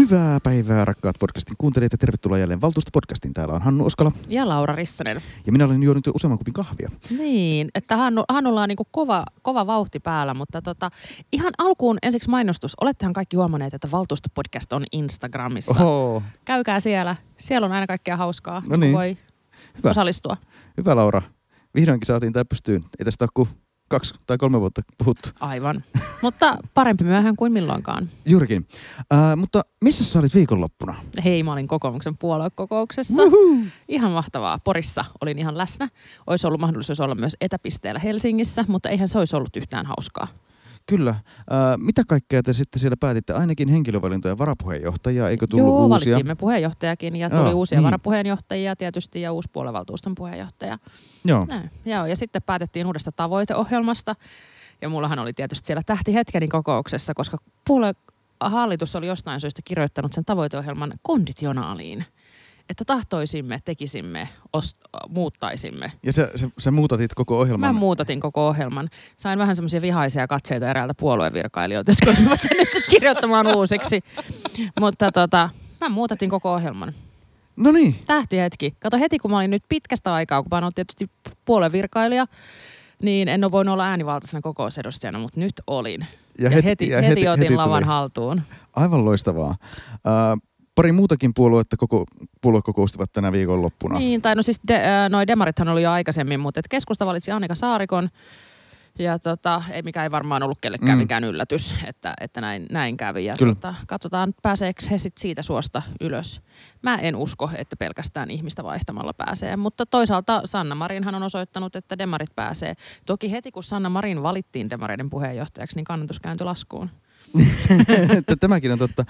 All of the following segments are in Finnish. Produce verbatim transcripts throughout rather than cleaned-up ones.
Hyvää päivää, rakkaat podcastin kuuntelijat, ja tervetuloa jälleen Valtuusto-podcastiin. Täällä on Hannu Oskala. Ja Laura Rissanen. Ja minä olen juonut jo useamman kupin kahvia. Niin, että Hannu, Hannulla on niinku kova, kova vauhti päällä, mutta tota, ihan alkuun ensiksi mainostus. Olettehan kaikki huomanneet, että Valtuusto-podcast on Instagramissa. Oho. Käykää siellä. Siellä on aina kaikkea hauskaa. No niin. Voi Hyvä. osallistua. Hyvä, Laura. Vihdoinkin saatiin tää pystyyn. Ei tästä ole kuin kaksi tai kolme vuotta puhuttu. Aivan. Mutta parempi myöhään kuin milloinkaan. Juurikin. Äh, mutta missä sä olit viikonloppuna? Hei, mä olin kokoomuksen puoluekokouksessa. Woohoo! Ihan mahtavaa. Porissa olin ihan läsnä. Olisi ollut mahdollisuus olla myös etäpisteellä Helsingissä, mutta eihän se olisi ollut yhtään hauskaa. Kyllä. Äh, mitä kaikkea te sitten siellä päätitte? Ainakin henkilövalintoja varapuheenjohtajia, eikö tullut Joo, uusia? valittiin me puheenjohtajakin ja tuli Joo, uusia niin. varapuheenjohtajia tietysti ja uusi puoluevaltuuston puheenjohtaja. Joo. Näin. Joo, ja sitten päätettiin uudesta tavoiteohjelmasta. Ja mullahan oli tietysti siellä tähtihetkeni kokouksessa, koska puoluehallitus oli jostain syystä kirjoittanut sen tavoiteohjelman konditionaaliin. Että tahtoisimme, tekisimme, ost- muuttaisimme. Ja sä, sä, sä muutatit koko ohjelman? Mä muutatin koko ohjelman. Sain vähän semmoisia vihaisia katseita eräältä puoluevirkailijoilta, jotka olivat sen nyt sit kirjoittamaan uusiksi. Mutta tota, mä muutatin koko ohjelman. No niin. Tähtihetki. Kato, heti kun mä olin nyt pitkästä aikaa, kun mä oon ollut tietysti puoluevirkailija, niin en ole voinut olla äänivaltaisena kokousedustajana, mutta nyt olin. Ja, ja heti, heti, ja heti, heti otin heti lavan haltuun. Aivan loistavaa. Äh, pari muutakin puoluetta koko, puoluekokoustivat tänä viikonloppuna. Niin, tai no siis de, äh, noi demarithan oli jo aikaisemmin, mutta et keskusta valitsi Annika Saarikon. Ja tota, ei mikä ei varmaan ollut kellekään mm. mikään yllätys, että, että näin, näin kävi. Ja tota, katsotaan, pääseekö he sit siitä suosta ylös. Mä en usko, että pelkästään ihmistä vaihtamalla pääsee, mutta toisaalta Sanna Marinhan on osoittanut, että demarit pääsee. Toki heti kun Sanna Marin valittiin demareiden puheenjohtajaksi, niin kannatus kääntyi laskuun. Tämäkin on totta.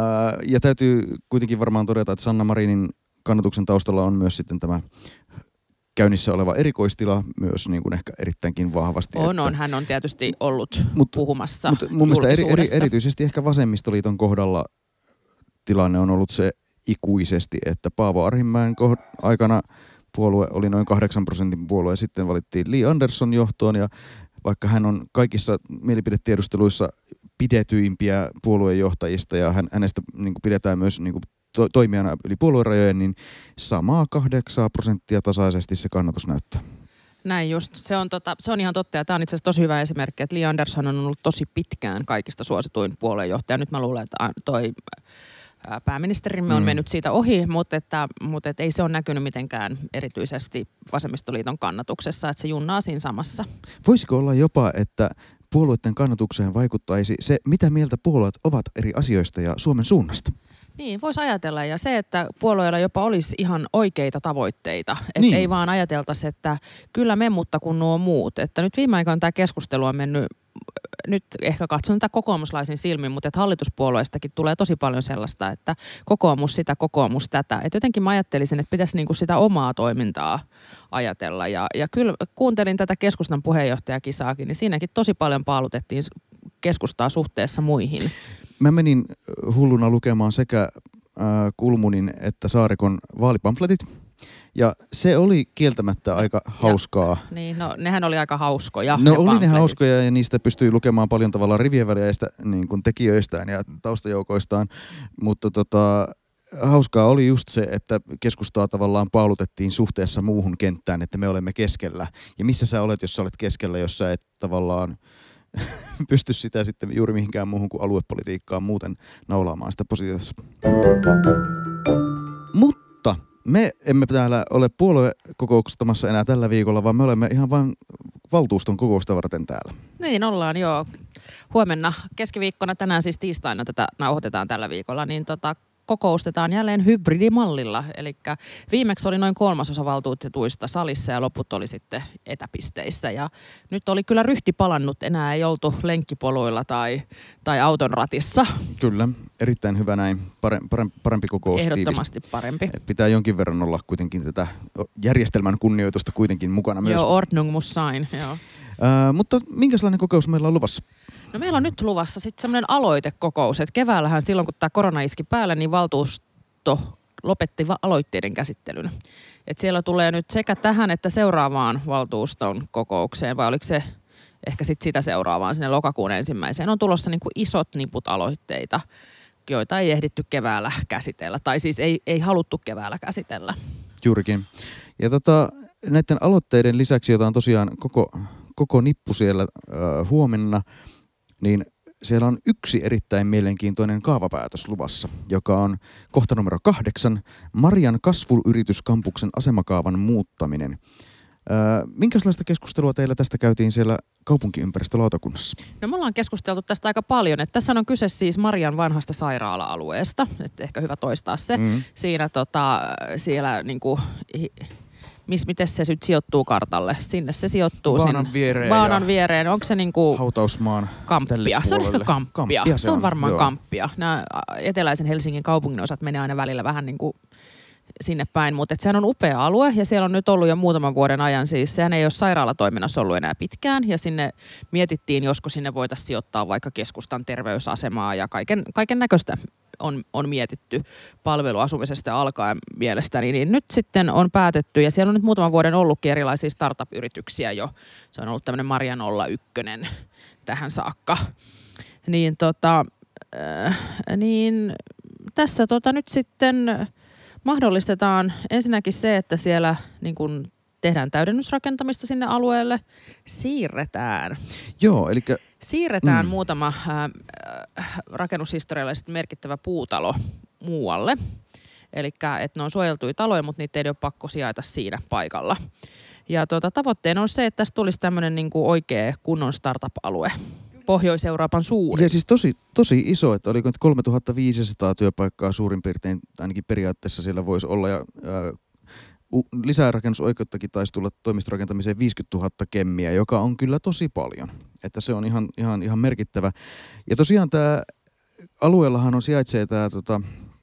Ja täytyy kuitenkin varmaan todeta, että Sanna Marinin kannatuksen taustalla on myös sitten tämä käynnissä oleva erikoistila myös niin kuin ehkä erittäinkin vahvasti. On, että on. Hän on tietysti ollut mut, puhumassa mut mun mielestä eri, eri, erityisesti ehkä Vasemmistoliiton kohdalla tilanne on ollut se ikuisesti, että Paavo Arhinmäen aikana puolue oli noin kahdeksan prosentin puolue ja sitten valittiin Li Andersson johtoon ja vaikka hän on kaikissa mielipidetiedusteluissa pidetyimpiä puoluejohtajista ja hän, hänestä niin kuin pidetään myös niin kuin to, toimijana yli puoluerajojen, niin samaa kahdeksan prosenttia tasaisesti se kannatus näyttää. Näin just. Se on, tota, se on ihan totta ja tämä on itse asiassa tosi hyvä esimerkki, että Li Andersson on ollut tosi pitkään kaikista suosituin puoluejohtaja. Nyt mä luulen, että toi pääministerimme on mm. mennyt siitä ohi, mutta, että, mutta että ei se ole näkynyt mitenkään erityisesti Vasemmistoliiton kannatuksessa, että se junnaa siinä samassa. Voisiko olla jopa, että puolueiden kannatukseen vaikuttaisi se, mitä mieltä puolueet ovat eri asioista ja Suomen suunnasta? Niin, voisi ajatella. Ja se, että puolueilla jopa olisi ihan oikeita tavoitteita. Että niin. Ei vaan ajateltaisi, että kyllä me, mutta kun nuo muut. Että nyt viime aikoina tämä keskustelu on mennyt, nyt ehkä katson tätä kokoomuslaisin silmin, mutta että hallituspuolueistakin tulee tosi paljon sellaista, että kokoomus sitä, kokoomus tätä. Että jotenkin mä ajattelisin, että pitäisi niinku sitä omaa toimintaa ajatella. Ja, ja kyllä kuuntelin tätä keskustan puheenjohtajakisaakin, niin siinäkin tosi paljon paalutettiin keskustaa suhteessa muihin. Mä menin hulluna lukemaan sekä äh, Kulmunin että Saarikon vaalipamfletit. Ja se oli kieltämättä aika hauskaa. Ja, niin, no nehän oli aika hauskoja. No oli ne hauskoja ja niistä pystyi lukemaan paljon tavallaan rivien väliäistä niin kuin tekijöistään ja taustajoukoistaan. Mutta tota, hauskaa oli just se, että keskustaa tavallaan paalutettiin suhteessa muuhun kenttään, että me olemme keskellä. Ja missä sä olet, jos sä olet keskellä, jos sä et tavallaan pysty sitä sitten juuri mihinkään muuhun kuin aluepolitiikkaan muuten naulaamaan sitä positiossa. Mutta me emme täällä ole puoluekokoustamassa enää tällä viikolla, vaan me olemme ihan vain valtuuston kokousta varten täällä. Niin ollaan, joo. Huomenna keskiviikkona, tänään siis tiistaina tätä nauhoitetaan tällä viikolla, niin tota kokoustetaan jälleen hybridimallilla. Eli viimeksi oli noin kolmasosa valtuutetuista salissa ja loput oli sitten etäpisteissä. Ja nyt oli kyllä ryhti palannut, enää ei oltu lenkkipoluilla tai, tai auton ratissa. Kyllä, erittäin hyvä näin. Pare, pare, parempi kokous. Ehdottomasti tiivis. Parempi. Pitää jonkin verran olla kuitenkin tätä järjestelmän kunnioitusta kuitenkin mukana myös. Joo, ordnung muss sein, joo. Äh, mutta minkälainen kokous meillä on luvassa? No meillä on nyt luvassa sitten semmoinen aloitekokous, että keväällähän silloin kun tämä korona iski päälle, niin valtuusto lopetti va- aloitteiden käsittelyn. Et siellä tulee nyt sekä tähän että seuraavaan valtuuston kokoukseen, vai oliko se ehkä sitten sitä seuraavaan sinne lokakuun ensimmäiseen, on tulossa niin kuin isot niput aloitteita joita ei ehditty keväällä käsitellä. Tai siis ei, ei haluttu keväällä käsitellä. Juurikin. Ja tota, näiden aloitteiden lisäksi, joita on tosiaan koko, koko nippu siellä äh, huomenna, niin siellä on yksi erittäin mielenkiintoinen kaavapäätös luvassa, joka on kohta numero kahdeksan, Marian kasvuyrityskampuksen asemakaavan muuttaminen. Öö, minkälaista keskustelua teillä tästä käytiin siellä kaupunkiympäristölautakunnassa? No me ollaan keskusteltu tästä aika paljon. Että tässä on kyse siis Marian vanhasta sairaala-alueesta. Että ehkä hyvä toistaa se. Mm. Siinä tota, siellä niinku... Miss, miten se nyt sijoittuu kartalle? Sinne se sijoittuu. Vaanan viereen. Vaanan viereen. Onko se niinku... Hautausmaan Kamppia. Se on ehkä Kamppia. Kamppia se, se on, on varmaan joo. Kamppia. Nämä eteläisen Helsingin kaupungin osat menee aina välillä vähän niinku sinne päin. Mutta sehän on upea alue ja siellä on nyt ollut jo muutaman vuoden ajan. Siis sehän ei ole sairaalatoiminnassa ollut enää pitkään. Ja sinne mietittiin, josko sinne voitaisiin sijoittaa vaikka keskustan terveysasemaa ja kaiken, kaiken näköistä. On, on mietitty palveluasumisesta alkaen mielestäni, niin nyt sitten on päätetty, ja siellä on nyt muutaman vuoden ollutkin erilaisia startup-yrityksiä jo. Se on ollut tämmöinen Maria nolla yksi tähän saakka. Niin, tota, äh, niin tässä tota, nyt sitten mahdollistetaan ensinnäkin se, että siellä niin kun tehdään täydennysrakentamista sinne alueelle, siirretään. Joo, eli Siirretään mm. muutama äh, rakennushistoriallisesti merkittävä puutalo muualle. Eli että ne on suojeltuja taloja, mutta niitä ei ole pakko sijaita siinä paikalla. Ja tuota, tavoitteena on se, että tästä tulisi tämmöinen niinku oikea kunnon startup-alue. Pohjois-Euroopan suuri. Ja siis tosi, tosi iso, että oliko nyt kolmetuhattaviisisataa työpaikkaa suurin piirtein, ainakin periaatteessa siellä voisi olla. Ja, äh, lisärakennusoikeuttakin taisi tulla toimistorakentamiseen viisikymmentätuhatta kemmiä, joka on kyllä tosi paljon. Että se on ihan, ihan, ihan merkittävä. Ja tosiaan tämä alueellahan on sijaitsee tämä tota,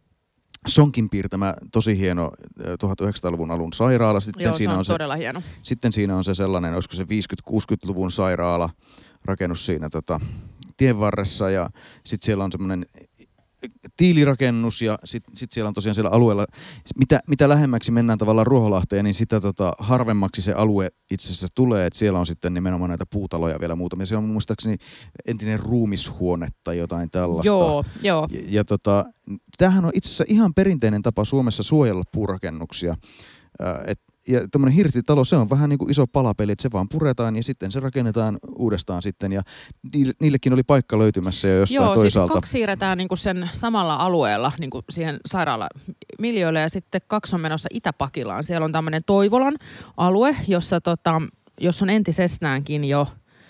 Sonkin piirtämä tosi hieno tuhatyhdeksänsataaluvun alun sairaala. Sitten Joo, siinä se on, on se, todella hieno. Sitten siinä on se sellainen, olisiko se viisikymmentä-kuusikymmentäluvun sairaala rakennus siinä tota, tien varressa ja sitten siellä on semmoinen tiilirakennus ja sitten sit siellä on tosiaan siellä alueella, mitä, mitä lähemmäksi mennään tavallaan Ruoholahteen, niin sitä tota, harvemmaksi se alue itse asiassa tulee, että siellä on sitten nimenomaan näitä puutaloja vielä muutamia. Siellä on muistaakseni entinen ruumishuone tai jotain tällaista. Joo, joo. Ja, ja tota, tämähän on itse asiassa ihan perinteinen tapa Suomessa suojella puurakennuksia, että ja tämmöinen hirsitalo, se on vähän niin kuin iso palapeli, että se vaan puretaan ja sitten se rakennetaan uudestaan sitten. Ja niillekin oli paikka löytymässä jo jostain Joo, toisaalta. Joo, siis kaksi siirretään niin kuin sen samalla alueella niin kuin siihen sairaalamiljöille ja sitten kaksi on menossa Itä-Pakilaan. Siellä on tämmöinen Toivolan alue, jossa tota, jos on entisestäänkin jo,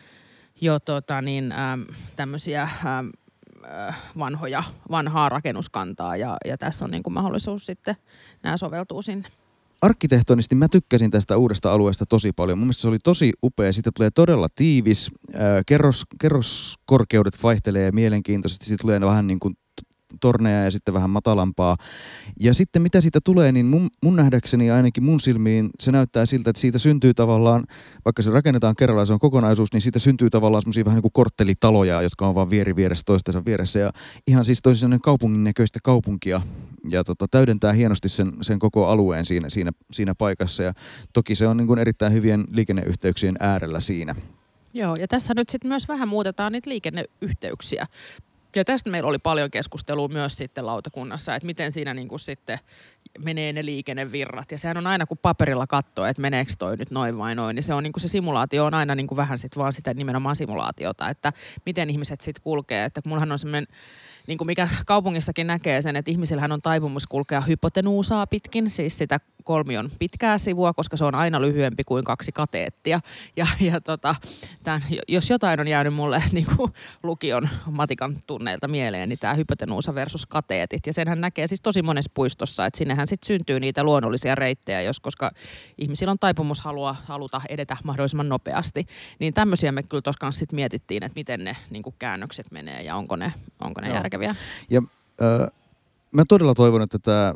jo tota niin, äm, tämmöisiä äm, äh, vanhoja, vanhaa rakennuskantaa ja, ja tässä on niin kuin mahdollisuus sitten, nämä soveltuu sinne. Arkkitehtonisesti mä tykkäsin tästä uudesta alueesta tosi paljon. Mun mielestä se oli tosi upea. Siitä tulee todella tiivis. Kerros, kerroskorkeudet vaihtelee mielenkiintoisesti. Siitä tulee vähän niin kuin torneja ja sitten vähän matalampaa. Ja sitten mitä siitä tulee, niin mun, mun nähdäkseni ainakin mun silmiin se näyttää siltä, että siitä syntyy tavallaan, vaikka se rakennetaan kerrallaan, se on kokonaisuus, niin siitä syntyy tavallaan semmoisia vähän niin kuin korttelitaloja, jotka on vaan vieri vieressä toistensa vieressä. Ja ihan siis toisin sellainen kaupungin näköistä kaupunkia ja tota, täydentää hienosti sen, sen koko alueen siinä, siinä, siinä paikassa. Ja toki se on niin kuin erittäin hyvien liikenneyhteyksien äärellä siinä. Joo, ja tässä nyt sitten myös vähän muutetaan niitä liikenneyhteyksiä. Ja tästä meillä oli paljon keskustelua myös sitten lautakunnassa, että miten siinä niin kuin sitten menee ne liikennevirrat. Ja sehän on aina, kun paperilla katsoo, että meneekö toi nyt noin vai noin, niin se on niin kuin se simulaatio on aina niin kuin vähän sitten vaan sitä nimenomaan simulaatiota, että miten ihmiset sitten kulkee. Että mullahan on semmoinen, niin kuin mikä kaupungissakin näkee sen, että ihmisillähän on taipumus kulkea hypotenuusaa pitkin, siis sitä kolmion pitkää sivua, koska se on aina lyhyempi kuin kaksi kateettia. Ja, ja tota, tämän, jos jotain on jäänyt mulle niin kuin lukion matikan tunneilta mieleen, niin tämä hypotenuusa versus kateetit. Ja senhän näkee siis tosi monessa puistossa, että sinnehän sitten syntyy niitä luonnollisia reittejä, jos koska ihmisillä on taipumus halua, haluta edetä mahdollisimman nopeasti. Niin tämmöisiä me kyllä tuossa sitten mietittiin, että miten ne niin kuin käännökset menee ja onko ne, onko ne järkeviä. Ja äh, mä todella toivon, että tämä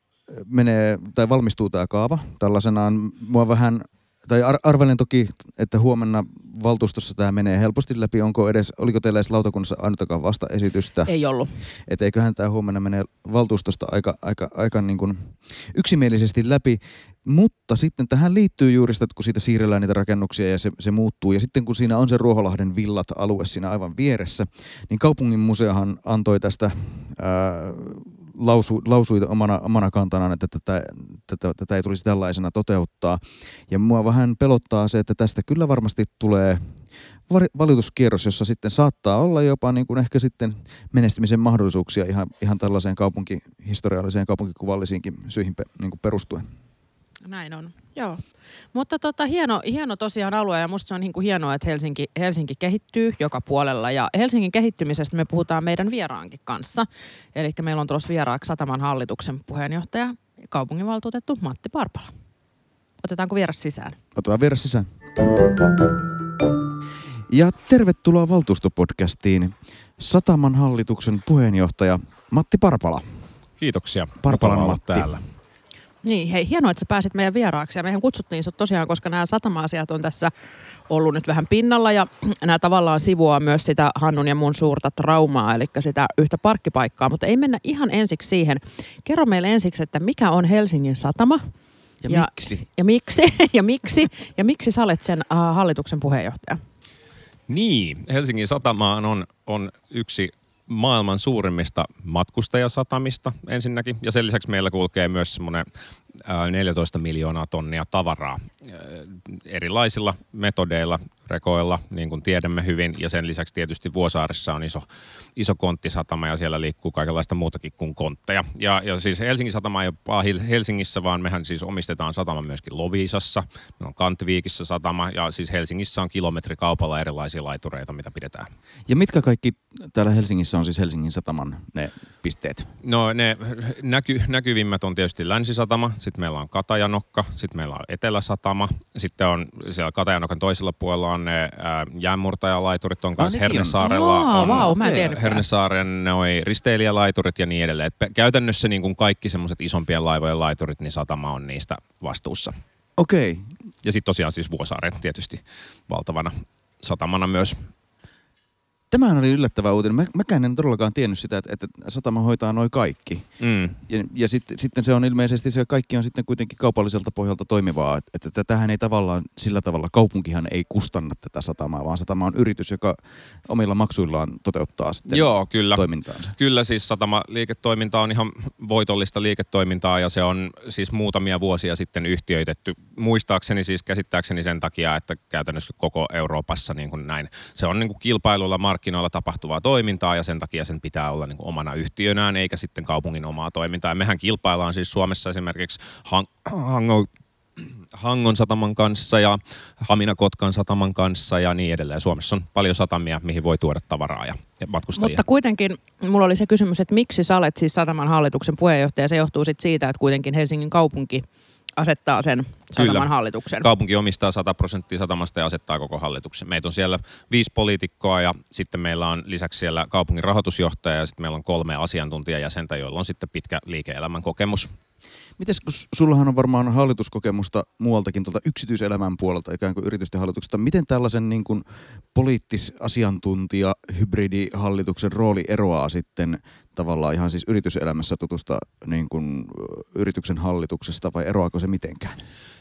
menee, tai valmistuu tämä kaava tällaisenaan. Mua vähän, tai ar- arvelen toki, että huomenna valtuustossa tämä menee helposti läpi. Onko edes, oliko teillä edes lautakunnassa ainutakaan vastaesitystä? Ei ollut. Että eiköhän tämä huomenna menee valtuustosta aika, aika, aika niin kuin yksimielisesti läpi. Mutta sitten tähän liittyy juuri sitä, että kun siitä siirrellään niitä rakennuksia ja se, se muuttuu. Ja sitten kun siinä on se Ruoholahden villat alue siinä aivan vieressä, niin kaupungin museohan antoi tästä ää, lausu, lausui omana, omana kantanaan, että tätä, tätä, tätä ei tulisi tällaisena toteuttaa. Ja mua vähän pelottaa se, että tästä kyllä varmasti tulee valituskierros, jossa sitten saattaa olla jopa niin kuin ehkä sitten menestymisen mahdollisuuksia ihan, ihan tällaiseen kaupunkihistorialliseen, kaupunkikuvallisiinkin syihin pe, niin kuin perustuen. Näin on, joo. Mutta tota, hieno, hieno tosiaan alue ja musta se on niin kuin hienoa, että Helsinki, Helsinki kehittyy joka puolella. Ja Helsingin kehittymisestä me puhutaan meidän vieraankin kanssa. Eli meillä on tulossa vieraaksi Sataman hallituksen puheenjohtaja, kaupunginvaltuutettu Matti Parpala. Otetaanko vieras sisään? Otetaan vieras sisään. Ja tervetuloa valtuustopodcastiin Sataman hallituksen puheenjohtaja Matti Parpala. Kiitoksia. Parpalan Matti. Täällä. Niin, hei, hienoa, että sä pääsit meidän vieraaksi. Ja mehän kutsuttiin sut tosiaan, koska nämä satama-asiat on tässä ollut nyt vähän pinnalla. Ja nämä tavallaan sivuaa myös sitä Hannun ja mun suurta traumaa, eli sitä yhtä parkkipaikkaa. Mutta ei mennä ihan ensiksi siihen. Kerro meille ensiksi, että mikä on Helsingin satama? Ja, ja miksi? Ja miksi? ja miksi? Ja miksi sä olet sen uh, hallituksen puheenjohtaja? Niin, Helsingin satama on, on yksi maailman suurimmista matkustajasatamista ensinnäkin. Ja sen lisäksi meillä kulkee myös semmoinen neljätoista miljoonaa tonnia tavaraa erilaisilla metodeilla, rekoilla, niin kuin tiedämme hyvin. Ja sen lisäksi tietysti Vuosaaressa on iso, iso konttisatama ja siellä liikkuu kaikenlaista muutakin kuin kontteja. Ja, ja siis Helsingin satama ei ole vaan Helsingissä, vaan mehän siis omistetaan satama myöskin Loviisassa. Meillä on Kantviikissä satama ja siis Helsingissä on kilometrikaupalla erilaisia laitureita, mitä pidetään. Ja mitkä kaikki täällä Helsingissä on siis Helsingin sataman ne pisteet? No ne näky, näkyvimmät on tietysti Länsisatama, sitten meillä on Katajanokka, sitten meillä on Eteläsatama, sitten on siellä Katajanokan toisella puolella on ne ää, jäänmurtajalaiturit, on kanssa ah, Hernesaarella, on, on wow, okay. Hernesaaren noi risteilijälaiturit ja niin edelleen. Et käytännössä niin kuin kaikki semmoiset isompien laivojen laiturit, niin satama on niistä vastuussa. Okei. Okay. Ja sitten tosiaan siis Vuosaaren tietysti valtavana satamana myös. Tämähän oli yllättävä uutinen. Mä, mäkään en todellakaan tiennyt sitä, että, että satama hoitaa noi kaikki. Mm. Ja, ja sit, sitten se on ilmeisesti, se kaikki on sitten kuitenkin kaupalliselta pohjalta toimivaa. Että, että tämähän ei tavallaan sillä tavalla, kaupunkihan ei kustanna tätä satamaa, vaan satama on yritys, joka omilla maksuillaan toteuttaa sitten Joo, kyllä. toimintaansa. Kyllä siis satama-liiketoiminta on ihan voitollista liiketoimintaa ja se on siis muutamia vuosia sitten yhtiöitetty. Muistaakseni siis käsittääkseni sen takia, että käytännössä koko Euroopassa niin kuin näin. Se on niin kuin kilpailulla markkinoilla tapahtuvaa toimintaa ja sen takia sen pitää olla niin kuin omana yhtiönään eikä sitten kaupungin omaa toimintaa. Ja mehän kilpaillaan siis Suomessa esimerkiksi Hang- Hangon, Hangon sataman kanssa ja Hamina-Kotkan sataman kanssa ja niin edelleen. Suomessa on paljon satamia, mihin voi tuoda tavaraa ja matkustajia. Mutta kuitenkin mulla oli se kysymys, että miksi sä olet siis sataman hallituksen puheenjohtaja. Se johtuu sitten siitä, että kuitenkin Helsingin kaupunki asettaa sen sataman Kyllä. hallituksen. Kaupunki omistaa sata prosenttia satamasta ja asettaa koko hallituksen. Meitä on siellä viisi poliitikkoa ja sitten meillä on lisäksi siellä kaupungin rahoitusjohtaja ja sitten meillä on kolme asiantuntijajäsentä, joilla on sitten pitkä liike-elämän kokemus. Mites, kun sullahan on varmaan hallituskokemusta muualtakin tuolta yksityiselämän puolelta, ikään kuin yritysten hallituksesta. Miten tällaisen niin kuin poliittis-asiantuntija hybridihallituksen rooli eroaa sitten tavallaan ihan siis yrityselämässä tutusta niin kuin yrityksen hallituksesta vai eroaako se mitenkään?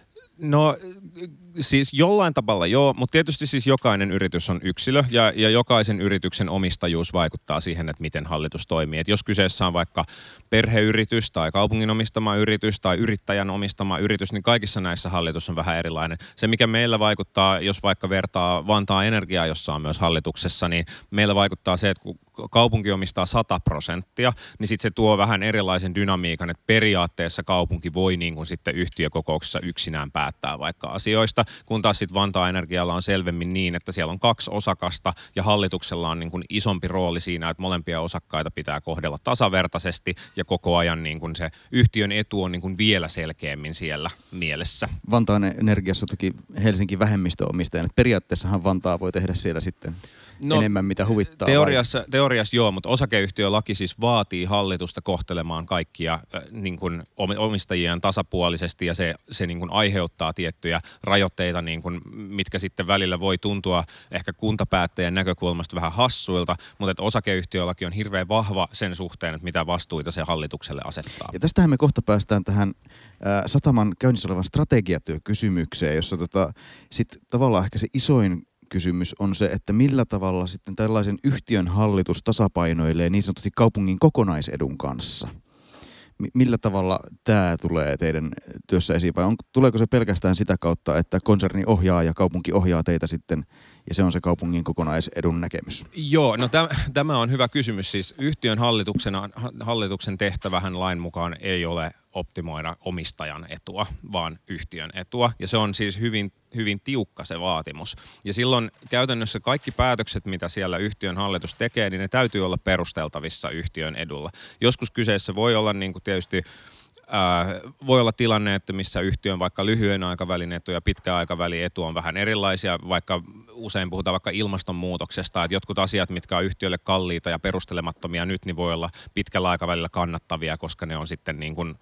No siis jollain tavalla joo, mutta tietysti siis jokainen yritys on yksilö ja, ja jokaisen yrityksen omistajuus vaikuttaa siihen, että miten hallitus toimii. Et jos kyseessä on vaikka perheyritys tai kaupungin omistama yritys tai yrittäjän omistama yritys, niin kaikissa näissä hallitus on vähän erilainen. Se mikä meillä vaikuttaa, jos vaikka vertaa Vantaan Energiaa, jossa on myös hallituksessa, niin meillä vaikuttaa se, että kun kaupunki omistaa sata prosenttia, niin sitten se tuo vähän erilaisen dynamiikan, että periaatteessa kaupunki voi niin kuin sitten yhtiökokouksessa yksinään päättää vaikka asioista, kun taas sitten Vantaan Energialla on selvemmin niin, että siellä on kaksi osakasta ja hallituksella on niin kuin isompi rooli siinä, että molempia osakkaita pitää kohdella tasavertaisesti ja koko ajan niin kuin se yhtiön etu on niin kuin vielä selkeämmin siellä mielessä. Vantaan Energiassa toki Helsinki vähemmistöomistajan, että periaatteessahan Vantaa voi tehdä siellä sitten no, enemmän, mitä huvittaa. Teoriassa, teoriassa joo, mutta osakeyhtiölaki siis vaatii hallitusta kohtelemaan kaikkia äh, niin kuin omistajiaan tasapuolisesti ja se, se niin kuin aiheuttaa tiettyjä rajoitteita, niin kuin, mitkä sitten välillä voi tuntua ehkä kuntapäättäjän näkökulmasta vähän hassuilta, mutta että osakeyhtiölaki on hirveän vahva sen suhteen, että mitä vastuita se hallitukselle asettaa. Ja tästähän me kohta päästään tähän äh, Sataman käynnissä olevan strategiatyökysymykseen, jossa tota, sit tavallaan ehkä se isoin kysymys on se, että millä tavalla sitten tällaisen yhtiön hallitus tasapainoilee niin sanotusti kaupungin kokonaisedun kanssa. M- millä tavalla tämä tulee teidän työssä esiin vai on, tuleeko se pelkästään sitä kautta, että konserni ohjaa ja kaupunki ohjaa teitä sitten ja se on se kaupungin kokonaisedun näkemys? Joo, no täm, tämä on hyvä kysymys. Siis yhtiön hallituksena, hallituksen tehtävähän lain mukaan ei ole optimoida omistajan etua, vaan yhtiön etua. Ja se on siis hyvin, hyvin tiukka se vaatimus. Ja silloin käytännössä kaikki päätökset, mitä siellä yhtiön hallitus tekee, niin ne täytyy olla perusteltavissa yhtiön edulla. Joskus kyseessä voi olla niin kuin tietysti Ää, voi olla tilanne, että missä yhtiön vaikka lyhyen aikavälin etu ja pitkän aikavälin etu on vähän erilaisia, vaikka usein puhutaan vaikka ilmastonmuutoksesta, että jotkut asiat, mitkä on yhtiölle kalliita ja perustelemattomia nyt, niin voi olla pitkällä aikavälillä kannattavia, koska ne on sitten niin kuin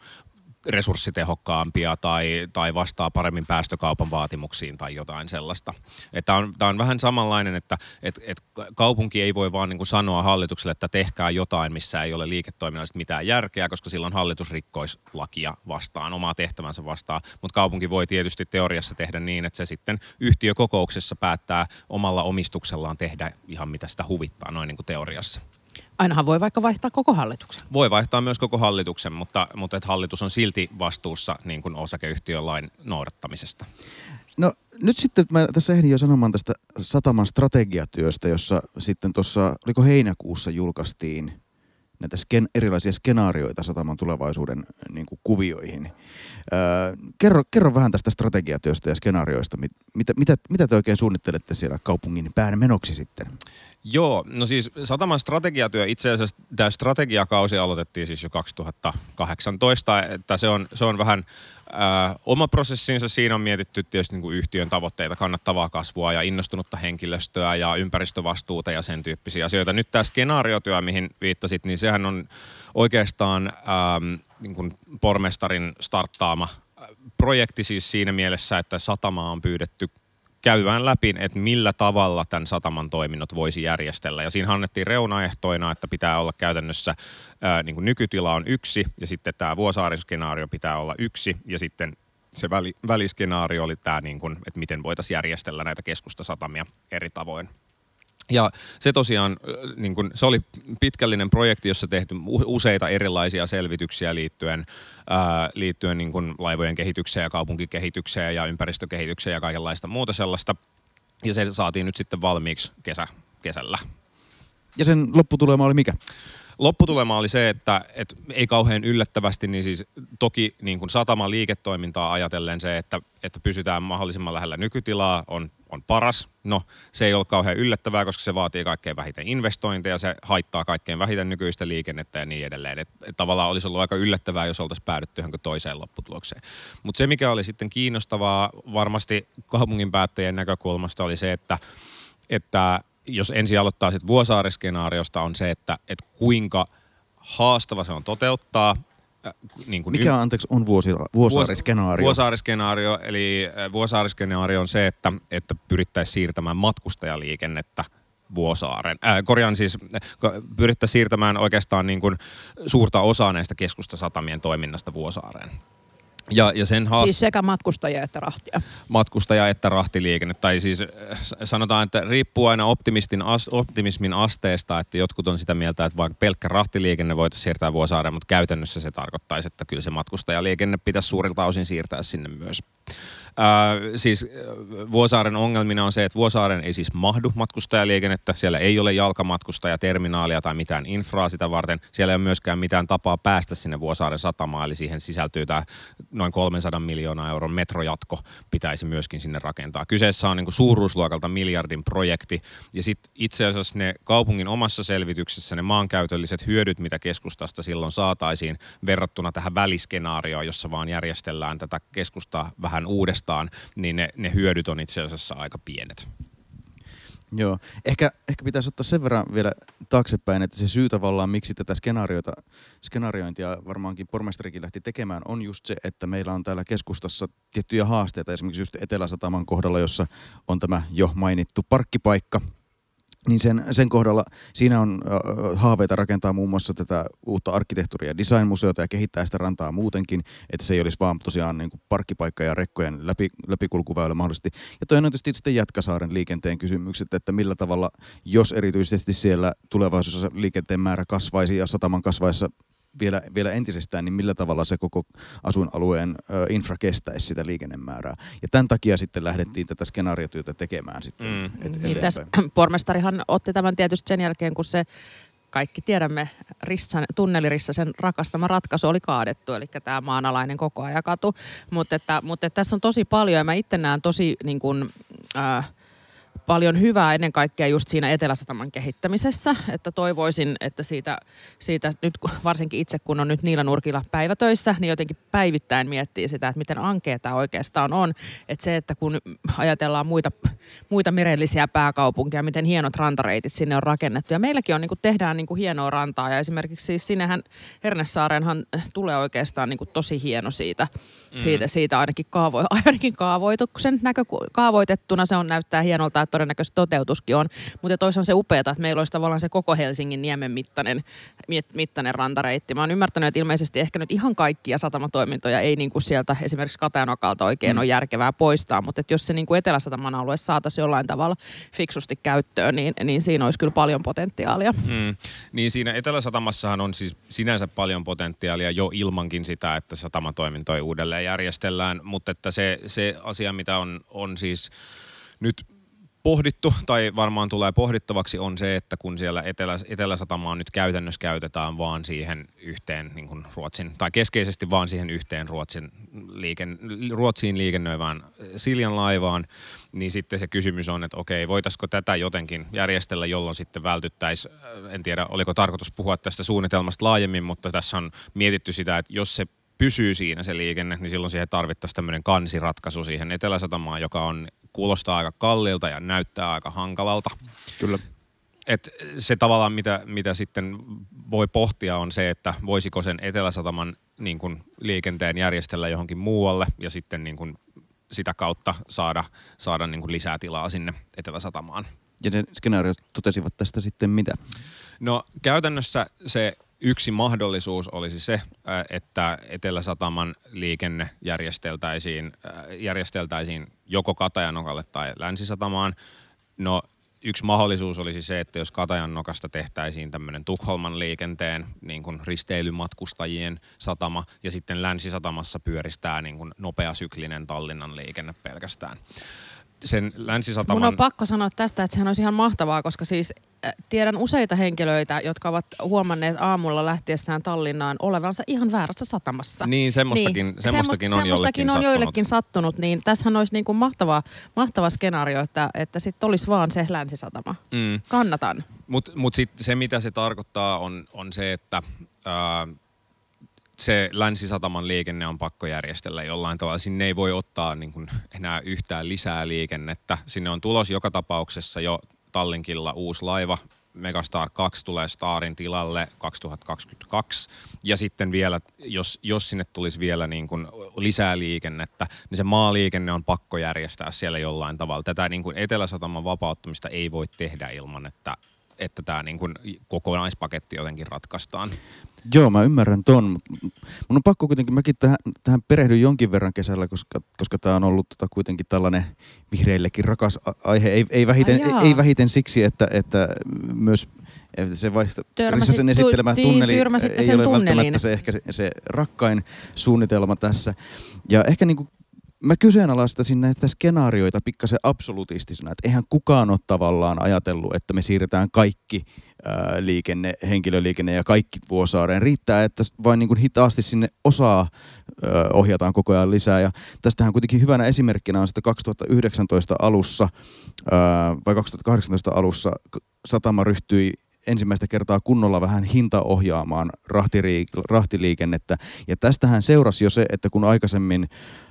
resurssitehokkaampia tai, tai vastaa paremmin päästökaupan vaatimuksiin tai jotain sellaista. Tämä on, on vähän samanlainen, että et, et kaupunki ei voi vaan niin kuin sanoa hallitukselle, että tehkää jotain, missä ei ole liiketoiminnallisesti mitään järkeä, koska silloin hallitus rikkoisi lakia vastaan, omaa tehtävänsä vastaan. Mutta kaupunki voi tietysti teoriassa tehdä niin, että se sitten yhtiökokouksessa päättää omalla omistuksellaan tehdä ihan mitä sitä huvittaa, noin niin kuin teoriassa. Ainahan voi vaikka vaihtaa koko hallituksen. Voi vaihtaa myös koko hallituksen, mutta, mutta että hallitus on silti vastuussa niin kuin osakeyhtiölain noudattamisesta. No nyt sitten mä tässä ehdin jo sanomaan tästä Sataman strategiatyöstä, jossa sitten tuossa, oliko heinäkuussa julkaistiin näitä sken, erilaisia skenaarioita Sataman tulevaisuuden niin kuin kuvioihin. Öö, kerro, kerro vähän tästä strategiatyöstä ja skenaarioista. Mit, mitä, mitä, mitä te oikein suunnittelette siellä kaupungin pään menoksi sitten? Joo, no siis Sataman strategiatyö, itse asiassa tämä strategiakausi aloitettiin siis jo kaksituhattakahdeksantoista, että se on, se on vähän ää, oma prosessinsa. Siinä on mietitty tietysti niin kuin yhtiön tavoitteita, kannattavaa kasvua ja innostunutta henkilöstöä ja ympäristövastuuta ja sen tyyppisiä asioita. Nyt tämä skenaariotyö, mihin viittasit, niin sehän on oikeastaan ää, niin kuin pormestarin starttaama projekti siis siinä mielessä, että Satamaa on pyydetty käydään läpi, että millä tavalla tämän sataman toiminnot voisi järjestellä. Ja siinä annettiin reunaehtoina, että pitää olla käytännössä ää, niin kuin nykytila on yksi, ja sitten tämä Vuosaari-skenaario pitää olla yksi, ja sitten se väli, väliskenaario oli tämä, niin kuin, että miten voitaisiin järjestellä näitä keskustasatamia eri tavoin. Ja se tosiaan, niin kun, se oli pitkällinen projekti, jossa tehty useita erilaisia selvityksiä liittyen, ää, liittyen niin kun laivojen kehitykseen ja kaupunkikehitykseen ja ympäristökehitykseen ja kaikenlaista muuta sellaista. Ja se saatiin nyt sitten valmiiksi kesä, kesällä. Ja sen lopputulema oli mikä? Lopputulema oli se, että, että ei kauhean yllättävästi, niin siis toki niin kuin sataman liiketoimintaa ajatellen se, että, että pysytään mahdollisimman lähellä nykytilaa on, on paras. No, se ei ole kauhean yllättävää, koska se vaatii kaikkein vähiten investointeja, se haittaa kaikkein vähiten nykyistä liikennettä ja niin edelleen. Et, et tavallaan olisi ollut aika yllättävää, jos oltaisiin päädytty johonkin toiseen lopputulokseen. Mutta se, mikä oli sitten kiinnostavaa varmasti kaupungin päättäjien näkökulmasta, oli se, että, että jos ensin aloittaa sitten Vuosaari-skenaariosta, on se, että, että kuinka haastava se on toteuttaa. Äh, niin kuin Mikä, y- anteeksi, on Vuosaari-skenaario? Vuosaari-skenaario, eli Vuosaari-skenaario on se, että, että pyrittäisiin siirtämään matkustajaliikennettä Vuosaaren. Äh, korjaan siis, pyrittäisiin siirtämään oikeastaan niin kuin suurta osaa näistä keskustasatamien toiminnasta Vuosaareen. Ja, ja sen haast... Siis sekä matkustaja että rahtia. Matkustaja että rahtiliikenne. Tai siis sanotaan, että riippuu aina optimistin as, optimismin asteesta, että jotkut on sitä mieltä, että vaikka pelkkä rahtiliikenne voitaisiin siirtää Vuosaareen, mutta käytännössä se tarkoittaisi, että kyllä se matkustajaliikenne pitäisi suurilta osin siirtää sinne myös. Äh, siis Vuosaaren ongelmina on se, että Vuosaaren ei siis mahdu matkustajaliikennettä. Siellä ei ole jalkamatkustajaterminaalia tai mitään infraa sitä varten. Siellä ei ole myöskään mitään tapaa päästä sinne Vuosaaren satamaan, eli siihen sisältyy tämä noin kolmesataa miljoonaa euron metrojatko pitäisi myöskin sinne rakentaa. Kyseessä on niin kuin suuruusluokalta miljardin projekti, ja sitten itse asiassa ne kaupungin omassa selvityksessä ne maankäytölliset hyödyt, mitä keskustasta silloin saataisiin verrattuna tähän väliskenaarioon, jossa vaan järjestellään tätä keskustaa vähän uudestaan, niin ne, ne hyödyt on itse asiassa aika pienet. Joo, ehkä, ehkä pitäisi ottaa sen verran vielä taaksepäin, että se syy tavallaan, miksi tätä skenaariota, skenaariointia varmaankin pormestarikin lähti tekemään, on just se, että meillä on täällä keskustassa tiettyjä haasteita, esimerkiksi just Etelä-Sataman kohdalla, jossa on tämä jo mainittu parkkipaikka. Niin sen, sen kohdalla siinä on äh, haaveita rakentaa muun muassa tätä uutta arkkitehtuuri- ja designmuseota ja kehittää sitä rantaa muutenkin, että se ei olisi vaan tosiaan niin kuin parkkipaikka ja rekkojen läpi, läpikulkuväylä mahdollisesti. Ja toinen on tietysti sitten Jätkäsaaren liikenteen kysymykset, että millä tavalla, jos erityisesti siellä tulevaisuudessa liikenteen määrä kasvaisi ja sataman kasvaessa vielä, vielä entisestään, niin millä tavalla se koko asuinalueen ö, infra kestäisi sitä liikennemäärää. Ja tämän takia sitten lähdettiin tätä skenaariotyötä tekemään sitten mm. et, niin tässä pormestarihan otti tämän tietysti sen jälkeen, kun se kaikki tiedämme, Rissan, tunnelirissasen rakastama ratkaisu oli kaadettu, eli tämä maanalainen koko ajan katu. Mutta, että, mutta että tässä on tosi paljon, ja mä itse näen tosi niin kuin, äh, paljon hyvää ennen kaikkea just siinä Etelä-Sataman kehittämisessä, että toivoisin, että siitä, siitä nyt varsinkin itse kun on nyt niillä nurkilla päivätöissä, niin jotenkin päivittäin miettii sitä, että miten ankea tämä oikeastaan on. Että se, että kun ajatellaan muita, muita merellisiä pääkaupunkeja, miten hienot rantareitit sinne on rakennettu. Ja meilläkin on, niin kuin tehdään niin kuin hienoa rantaa ja esimerkiksi siis sinnehän Hernesaareenhan tulee oikeastaan niin kuin tosi hieno siitä, mm. siitä, siitä ainakin, kaavo, ainakin kaavoituksen näkö, kaavoitettuna se on näyttää hienolta, että todennäköisesti toteutuskin on, mutta toisaalta on se upeata, että meillä olisi tavallaan se koko Helsingin niemen mittainen, mittainen rantareitti. Mä oon ymmärtänyt, että ilmeisesti ehkä nyt ihan kaikkia satamatoimintoja ei niin kuin sieltä esimerkiksi Katajanokalta oikein mm. ole järkevää poistaa, mutta että jos se niin kuin Etelä-Sataman alue saataisiin jollain tavalla fiksusti käyttöön, niin, niin siinä olisi kyllä paljon potentiaalia. Mm. Niin siinä Etelä-Satamassahan on siis sinänsä paljon potentiaalia jo ilmankin sitä, että satamatoimintoja uudelleen järjestellään, mutta että se, se asia, mitä on, on siis nyt pohdittu, tai varmaan tulee pohdittavaksi, on se, että kun siellä Etelä, Etelä-Satamaa nyt käytännössä käytetään vaan siihen yhteen niin kuin Ruotsin, tai keskeisesti vaan siihen yhteen Ruotsin liiken, Ruotsiin liikennöivään Siljan laivaan, niin sitten se kysymys on, että okei, voitaisiko tätä jotenkin järjestellä, jolloin sitten vältyttäisiin, en tiedä oliko tarkoitus puhua tästä suunnitelmasta laajemmin, mutta tässä on mietitty sitä, että jos se pysyy siinä se liikenne, niin silloin siihen tarvittaisiin tämmöinen kansiratkaisu siihen Etelä-Satamaan, joka on kuulostaa aika kalliilta ja näyttää aika hankalalta. Kyllä. Et se tavallaan, mitä, mitä sitten voi pohtia, on se, että voisiko sen Etelä-Sataman niin kun, liikenteen järjestellä johonkin muualle ja sitten niin kun, sitä kautta saada, saada niin kun, lisää tilaa sinne Etelä-Satamaan. Ja ne skenaariot totesivat tästä sitten mitä? No käytännössä se yksi mahdollisuus olisi se, että Etelä-Sataman liikenne järjesteltäisiin, järjesteltäisiin joko Katajanokalle tai Länsi-Satamaan. No yksi mahdollisuus olisi se, että jos Katajanokasta tehtäisiin tämmöinen Tukholman liikenteen niin kuin risteilymatkustajien satama ja sitten Länsi-Satamassa pyöristää niin kuin nopeasyklinen Tallinnan liikenne pelkästään. Sen Länsi-Sataman... Mun on pakko sanoa tästä, että sehän olisi ihan mahtavaa, koska siis äh, tiedän useita henkilöitä, jotka ovat huomanneet aamulla lähtiessään Tallinnaan olevansa ihan väärässä satamassa. Niin, semmoistakin, niin, semmoistakin on, semmoistakin on joillekin sattunut. Niin tässähän olisi niin kuin mahtava, mahtava skenaario, että, että sitten olisi vaan se Länsi-Satama. Mm. Kannatan. Mutta mut sitten se, mitä se tarkoittaa, on, on se, että... Ää, se Länsi-Sataman liikenne on pakko järjestellä jollain tavalla. Sinne ei voi ottaa niin kuin enää yhtään lisää liikennettä. Sinne on tulos joka tapauksessa jo Tallinkilla uusi laiva. Megastar kaksi tulee Starin tilalle kaksituhattakaksikymmentäkaksi. Ja sitten vielä, jos, jos sinne tulisi vielä niin kuin lisää liikennettä, niin se maaliikenne on pakko järjestää siellä jollain tavalla. Tätä niin kuin Etelä-Sataman vapauttamista ei voi tehdä ilman, että, että tämä niin kuin kokonaispaketti jotenkin ratkaistaan. Joo, mä ymmärrän ton. Mun on pakko kuitenkin, mäkin tähän, tähän perehdyin jonkin verran kesällä, koska, koska tää on ollut tota kuitenkin tällainen vihreillekin rakas aihe. Ei, ei, vähiten, ei, ei vähiten siksi, että, että myös se vaihto, Rissasen esittelemä tunneli ei ole tunnelin. Välttämättä se ehkä se, se rakkain suunnitelma tässä. Ja ehkä niinku mä kyseenalaistaisin näitä skenaarioita pikkasen absolutistisena, että eihän kukaan ole tavallaan ajatellut, että me siirretään kaikki ää, liikenne, henkilöliikenne ja kaikki Vuosaareen. Riittää, että vain niin kuin hitaasti sinne osaa ää, ohjataan koko ajan lisää. Ja tästähän kuitenkin hyvänä esimerkkinä on sitten kaksituhattayhdeksäntoista alussa ää, vai kaksituhattakahdeksantoista alussa satama ryhtyi ensimmäistä kertaa kunnolla vähän hintaohjaamaan rahtiliikennettä. Ja tästähän seurasi jo se, että kun aikaisemmin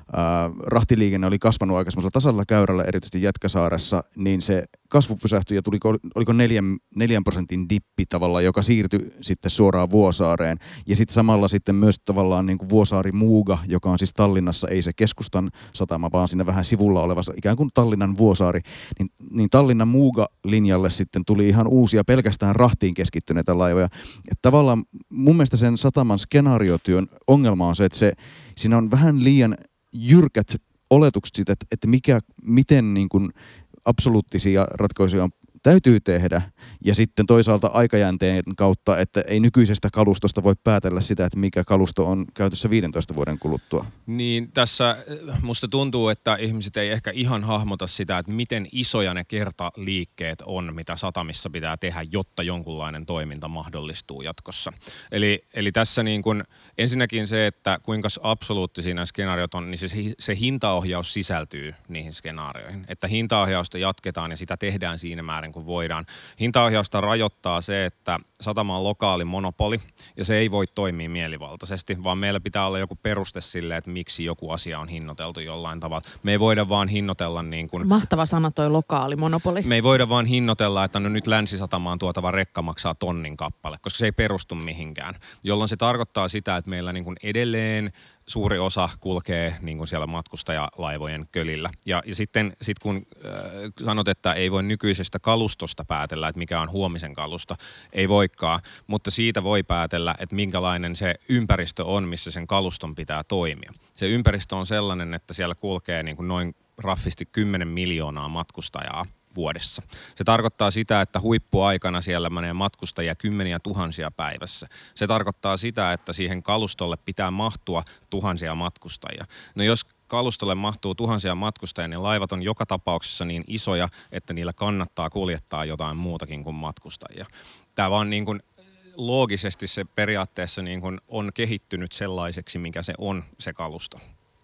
rahtiliikenne oli kasvanut aika semmoisella tasalla käyrällä, erityisesti Jätkäsaaressa, niin se kasvu pysähtyi ja tuli, oliko neljän, neljän prosentin dippi tavallaan, joka siirtyi sitten suoraan Vuosaareen. Ja sitten samalla sitten myös tavallaan niin kuin Vuosaari-Muuga, joka on siis Tallinnassa, ei se keskustan satama, vaan siinä vähän sivulla oleva ikään kuin Tallinnan Vuosaari, niin, niin Tallinnan Muuga-linjalle sitten tuli ihan uusia pelkästään rahtiin keskittyneitä laivoja. Et tavallaan mun mielestä sen sataman skenaariotyön ongelma on se, että se, siinä on vähän liian jyrkät oletukset siitä, että, että mikä, miten niin kuin absoluuttisia ratkaisuja täytyy tehdä, ja sitten toisaalta aikajänteen kautta, että ei nykyisestä kalustosta voi päätellä sitä, että mikä kalusto on käytössä viidentoista vuoden kuluttua. Niin tässä musta tuntuu, että ihmiset ei ehkä ihan hahmota sitä, että miten isoja ne kertaliikkeet on, mitä satamissa pitää tehdä, jotta jonkunlainen toiminta mahdollistuu jatkossa. Eli, eli tässä niin kun, ensinnäkin se, että kuinka absoluuttisia nämä skenaariot on, niin se, se hintaohjaus sisältyy niihin skenaarioihin. Että hintaohjausta jatketaan ja sitä tehdään siinä määrin, kun voidaan. Hintaohjausta rajoittaa se, että satama on lokaali monopoli ja se ei voi toimia mielivaltaisesti, vaan meillä pitää olla joku peruste sille, että miksi joku asia on hinnoiteltu jollain tavalla. Me ei voida vaan hinnoitella niin kuin... Mahtava sana toi lokaali monopoli. Me ei voida vaan hinnoitella, että no nyt Länsisatamaan tuotava rekka maksaa tonnin kappale, koska se ei perustu mihinkään. Jolloin se tarkoittaa sitä, että meillä niin kuin edelleen suuri osa kulkee niin kuin siellä matkustajalaivojen kölillä. Ja, ja sitten sit kun äh, sanot, että ei voi nykyisestä kalustosta päätellä, että mikä on huomisen kalusto, ei voikaan, mutta siitä voi päätellä, että minkälainen se ympäristö on, missä sen kaluston pitää toimia. Se ympäristö on sellainen, että siellä kulkee niin kuin noin raffisti kymmenen miljoonaa matkustajaa vuodessa. Se tarkoittaa sitä, että huippuaikana siellä menee matkustajia kymmeniä tuhansia päivässä. Se tarkoittaa sitä, että siihen kalustolle pitää mahtua tuhansia matkustajia. No jos kalustolle mahtuu tuhansia matkustajia, niin laivat on joka tapauksessa niin isoja, että niillä kannattaa kuljettaa jotain muutakin kuin matkustajia. Tämä vaan niin kuin loogisesti se periaatteessa niin kuin on kehittynyt sellaiseksi, mikä se on, se kalusto.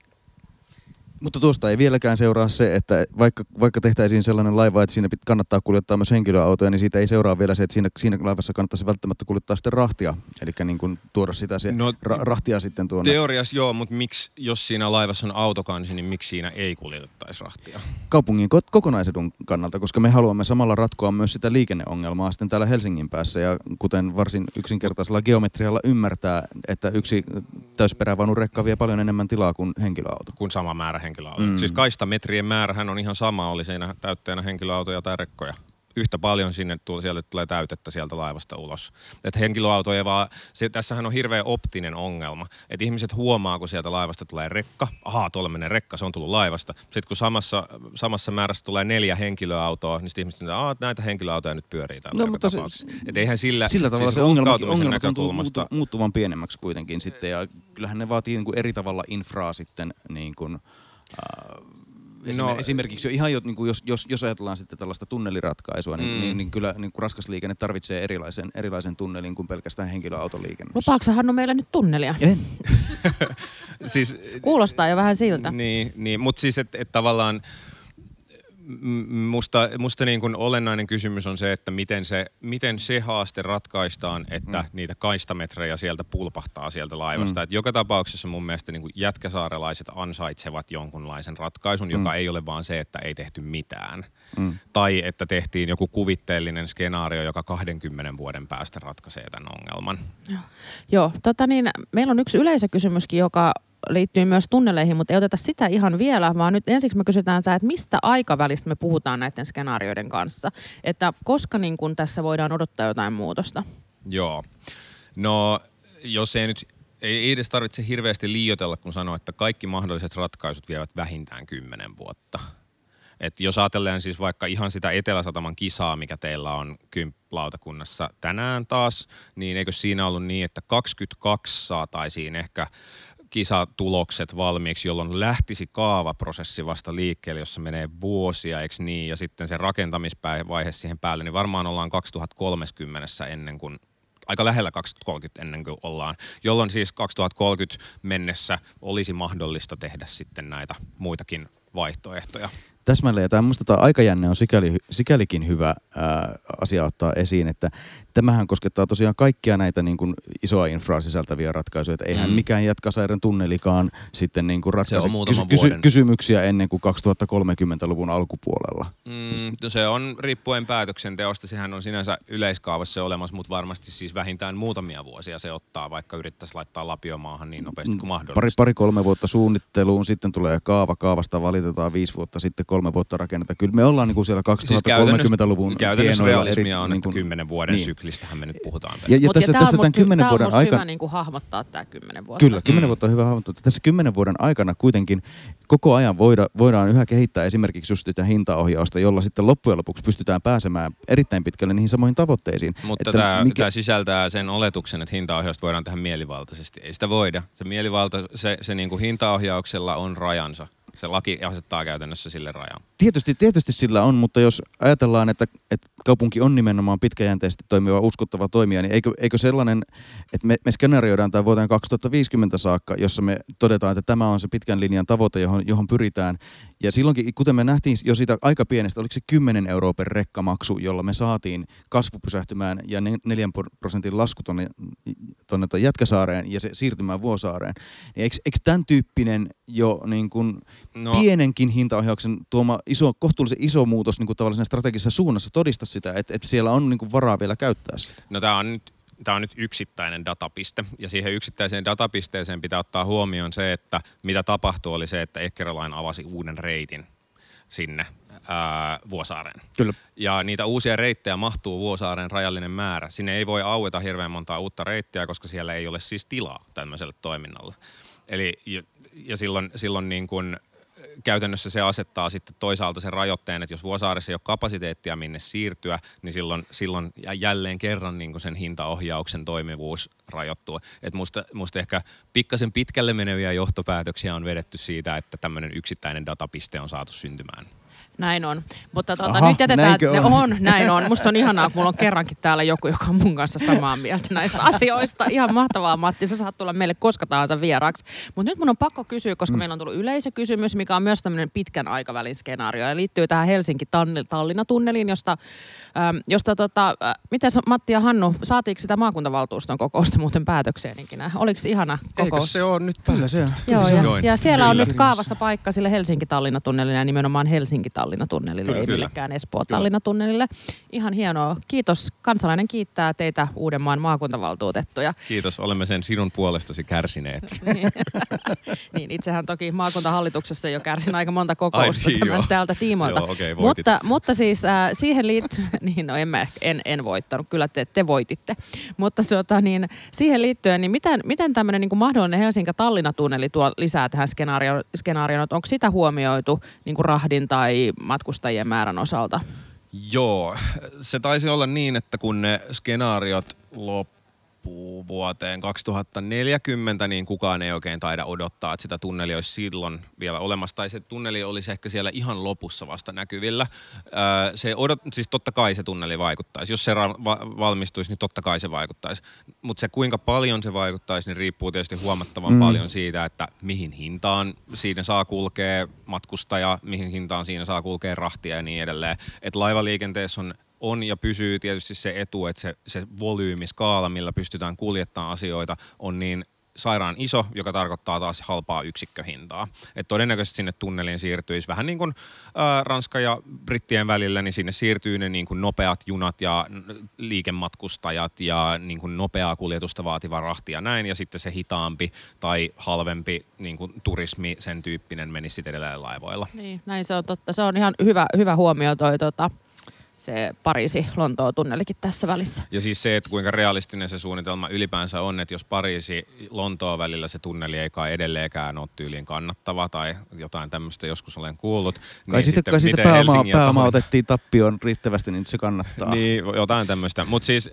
Mutta tuosta ei vieläkään seuraa se, että vaikka, vaikka tehtäisiin sellainen laiva, että siinä kannattaa kuljettaa myös henkilöautoja, niin siitä ei seuraa vielä se, että siinä, siinä laivassa kannattaisi välttämättä kuljettaa sitten rahtia. Eli niin kuin tuoda sitä se no, ra- rahtia sitten tuonne. Teoriassa joo, mutta miksi, jos siinä laivassa on autokansi, niin miksi siinä ei kuljetettaisi rahtia? Kaupungin ko- kokonaisedun kannalta, koska me haluamme samalla ratkoa myös sitä liikenneongelmaa sitten täällä Helsingin päässä. Ja kuten varsin yksinkertaisella geometrialla ymmärtää, että yksi täysperävaunun rekka vie paljon enemmän tilaa kuin henkilöauto. Kuin sama määrä henkilöautoja. Mm. Siis kaistametrien määrähän on ihan sama, oli siinä täytteenä henkilöautoja tai rekkoja. Yhtä paljon sinne sieltä tulee täytettä sieltä laivasta ulos. Että henkilöautoja vaan, se, tässähän on hirveän optinen ongelma. Että ihmiset huomaa, kun sieltä laivasta tulee rekka. Ahaa, tuolla menee rekka, se on tullut laivasta. Sitten kun samassa, samassa määrässä tulee neljä henkilöautoa, niin sitten ihmiset sanoo, että näitä henkilöautoja nyt pyörii täällä. No, mutta se, että eihän sillä, sillä tavalla siis se ongelma, ongelma tuntuu muuttuvan pienemmäksi kuitenkin sitten. Ja kyllähän ne vaatii niin kuin eri tavalla infraa sitten niin kuin, äh, No, esimerkiksi jo ihan jo, niin kuin jos, jos, jos ajatellaan sitten tällaista tunneliratkaisua, niin, mm. niin, niin kyllä niin kuin raskas liikenne tarvitsee erilaisen, erilaisen tunnelin kuin pelkästään henkilöautoliikenne. Lupaatko Hannu meille nyt tunnelia? En. siis, kuulostaa jo vähän siltä. Niin, niin mutta siis että et tavallaan musta, musta niin kuin olennainen kysymys on se, että miten se, miten se haaste ratkaistaan, että mm. niitä kaistametrejä sieltä pulpahtaa sieltä laivasta. Mm. Et joka tapauksessa mun mielestä niin kuin jätkäsaarelaiset ansaitsevat jonkunlaisen ratkaisun, mm. joka ei ole vaan se, että ei tehty mitään. Mm. Tai että tehtiin joku kuvitteellinen skenaario, joka kahdenkymmenen vuoden päästä ratkaisee tämän ongelman. Joo, Joo tota niin, meillä on yksi yleisökysymyskin, joka liittyy myös tunneleihin, mutta ei oteta sitä ihan vielä, vaan nyt ensiksi me kysytään sitä, että mistä aikavälistä me puhutaan näiden skenaarioiden kanssa. Että koska niin kun tässä voidaan odottaa jotain muutosta? Joo. No, jos ei nyt, ei edes tarvitse hirveästi liioitella, kun sanoo, että kaikki mahdolliset ratkaisut vievät vähintään kymmenen vuotta. Et jos ajatellaan siis vaikka ihan sitä Etelä-Sataman kisaa, mikä teillä on Kymp-lautakunnassa tänään taas, niin eikö siinä ollut niin, että kaksikymmentäkaksi saataisiin ehkä kisatulokset valmiiksi, jolloin lähtisi kaavaprosessi vasta liikkeelle, jossa menee vuosia, eikö niin, ja sitten se rakentamisvaihe siihen päälle, niin varmaan ollaan kaksituhattakolmekymmentä ennen kuin, aika lähellä kaksituhattakolmekymmentä ennen kuin ollaan, jolloin siis kaksituhattakolmekymmentä mennessä olisi mahdollista tehdä sitten näitä muitakin vaihtoehtoja. täsmälleen, ja tämä minusta tämä aikajänne on sikäli, sikälikin hyvä ää, asia ottaa esiin, että tämähän koskettaa tosiaan kaikkia näitä niin kuin isoa infraa sisältäviä ratkaisuja, että eihän mm. mikään Jätkäsaaren tunnelikaan sitten niin kuin ratkaise kysy- kysy- kysymyksiä ennen kuin kaksituhattakolmekymmentäluvun alkupuolella. Mm, no se on riippuen päätöksenteosta, sehän on sinänsä yleiskaavassa olemassa, mutta varmasti siis vähintään muutamia vuosia se ottaa, vaikka yrittäisi laittaa lapiomaahan niin nopeasti kuin mahdollista. Pari, pari kolme vuotta suunnitteluun, sitten tulee kaava, kaavasta valitetaan viisi vuotta, sitten kolme vuotta rakennetaan. Kyllä me ollaan niin kuin siellä kaksituhattakolmekymmentäluvun siis käytännössä tienoilla. realismia on, niin että kuin, kymmenen vuoden niin. syklistähän me nyt puhutaan. Ja, ja Mut tässä, ja tässä tämä tämän kymmenen vuoden aikana... hyvä niin kuin hahmottaa tämä kymmenen vuotta. Kyllä, kymmenen mm. vuotta on hyvä hahmottaa. Tässä kymmenen vuoden aikana kuitenkin koko ajan voida, voidaan yhä kehittää esimerkiksi just sitä hintaohjausta, jolla sitten loppujen lopuksi pystytään pääsemään erittäin pitkälle niihin samoihin tavoitteisiin. Mutta tämä, mikä... tämä sisältää sen oletuksen, että hintaohjausta voidaan tehdä mielivaltaisesti. Ei sitä voida. Se mielivalta, se, se niin kuin hintaohjauksella on rajansa. Se laki asettaa käytännössä sille rajan. Tietysti, tietysti sillä on, mutta jos ajatellaan, että, että kaupunki on nimenomaan pitkäjänteisesti toimiva, uskottava toimija, niin eikö, eikö sellainen, että me, me skenaarioidaan tämän vuoteen kaksituhattaviisikymmentä saakka, jossa me todetaan, että tämä on se pitkän linjan tavoite, johon, johon pyritään. Ja silloinkin, kuten me nähtiin jo siitä aika pienestä, oliko se kymmenen euroa per rekkamaksu, jolla me saatiin kasvu pysähtymään ja neljän prosentin lasku tuonne, tuonne Jätkäsaareen ja se siirtymään Vuosaareen. Niin eikö, eikö tämän tyyppinen jo niin kuin no. pienenkin hintaohjauksen tuoma iso, kohtuullisen iso muutos niin kuin tavallaan strategisessa suunnassa todista sitä, että, että siellä on niin kuin varaa vielä käyttää sitä? No tämä on nyt Tämä on nyt yksittäinen datapiste, ja siihen yksittäiseen datapisteeseen pitää ottaa huomioon se, että mitä tapahtui, oli se, että Eckerö Line avasi uuden reitin sinne ää, Vuosaareen. Kyllä. Ja niitä uusia reittejä mahtuu Vuosaareen rajallinen määrä. Sinne ei voi aueta hirveän montaa uutta reittiä, koska siellä ei ole siis tilaa tämmöiselle toiminnalle. Eli, ja, ja silloin, silloin niin kuin käytännössä se asettaa sitten toisaalta sen rajoitteen, että jos Vuosaaressa ei ole kapasiteettia minne siirtyä, niin silloin, silloin jälleen kerran niin kuin sen hintaohjauksen toimivuus rajoittuu. Että musta, musta ehkä pikkasen pitkälle meneviä johtopäätöksiä on vedetty siitä, että tämmöinen yksittäinen datapiste on saatu syntymään. Näin on. Mutta tuota, Aha, nyt jätetään, on? on, näin on. Musta on ihanaa, kun mulla on kerrankin täällä joku, joka on mun kanssa samaa mieltä näistä asioista. Ihan mahtavaa, Matti. Sä saat tulla meille koska tahansa vieraaksi. Mutta nyt mun on pakko kysyä, koska mm. meillä on tullut yleisökysymys, mikä on myös tämmöinen pitkän aikavälin skenaario. Ja liittyy tähän Helsinki-Tallinna-tunneliin, josta, ähm, josta tota, äh, miten Matti ja Hannu, saatiinko sitä maakuntavaltuuston kokousta muuten päätökseen ikinä? Oliko ihana kokous? Eikö se ole nyt päätökseen? Joo, ja, ja siellä on nyt kaavassa paikka sille Helsinki-Tallinna-tunnelille ja nimenomaan Helsinki-Tallinna. Tallinna-tunnelille, ei millekään Espoo-Tallinna-tunnelille. Ihan hienoa. Kiitos. Kansalainen kiittää teitä Uudenmaan maakuntavaltuutettuja. Kiitos, olemme sen sinun puolestasi kärsineet. Niin, itsehän toki maakuntahallituksessa jo kärsin aika monta kokousta Ai, tämän täältä tiimoilta. Joo, okay, mutta, mutta siis äh, siihen liittyen, niin no en, mä, en, en voittanut, kyllä te, te voititte. Mutta tuota, niin, siihen liittyen, niin miten, miten tämmöinen niin kuin mahdollinen Helsinki-Tallinna-tunneli tuo lisää tähän skenaarioon? Skenaarioon? Onko sitä huomioitu niin kuin rahdin tai matkustajien määrän osalta? Joo, se taisi olla niin, että kun ne skenaariot loppuu vuoteen kaksituhattaneljäkymmentä, niin kukaan ei oikein taida odottaa, että sitä tunnelia olisi silloin vielä olemassa. Tai se tunneli olisi ehkä siellä ihan lopussa vasta näkyvillä. Se odot, siis totta kai se tunneli vaikuttaisi. Jos se ra- va- valmistuisi, niin totta kai se vaikuttaisi. Mutta se kuinka paljon se vaikuttaisi, niin riippuu tietysti huomattavan mm. paljon siitä, että mihin hintaan siinä saa kulkea matkustaja, mihin hintaan siinä saa kulkea rahtia ja niin edelleen. Että laivaliikenteessä on On ja pysyy tietysti se etu, että se, se volyymiskaala, millä pystytään kuljettamaan asioita, on niin sairaan iso, joka tarkoittaa taas halpaa yksikköhintaa. Et todennäköisesti sinne tunneliin siirtyisi vähän niin kuin ää, Ranska ja Brittien välillä, niin sinne siirtyy ne niin kuin nopeat junat ja liikematkustajat ja niin kuin nopeaa kuljetusta vaativa rahti ja näin, ja sitten se hitaampi tai halvempi niin kuin turismi, sen tyyppinen menisi sitten edelleen laivoilla. Niin, näin se on totta. Se on ihan hyvä, hyvä huomio toi tota. se Pariisi-Lontoon-tunnelikin tässä välissä. Ja siis se, että kuinka realistinen se suunnitelma ylipäänsä on, että jos Pariisi-Lontoon välillä se tunneli ei kai edelleenkään ole tyyliin kannattava tai jotain tämmöistä joskus olen kuullut. Kai niin sitten, kai sitten pääoma, pääoma otettiin tappioon riittävästi, niin se kannattaa. Niin, jotain tämmöistä. Mutta siis, että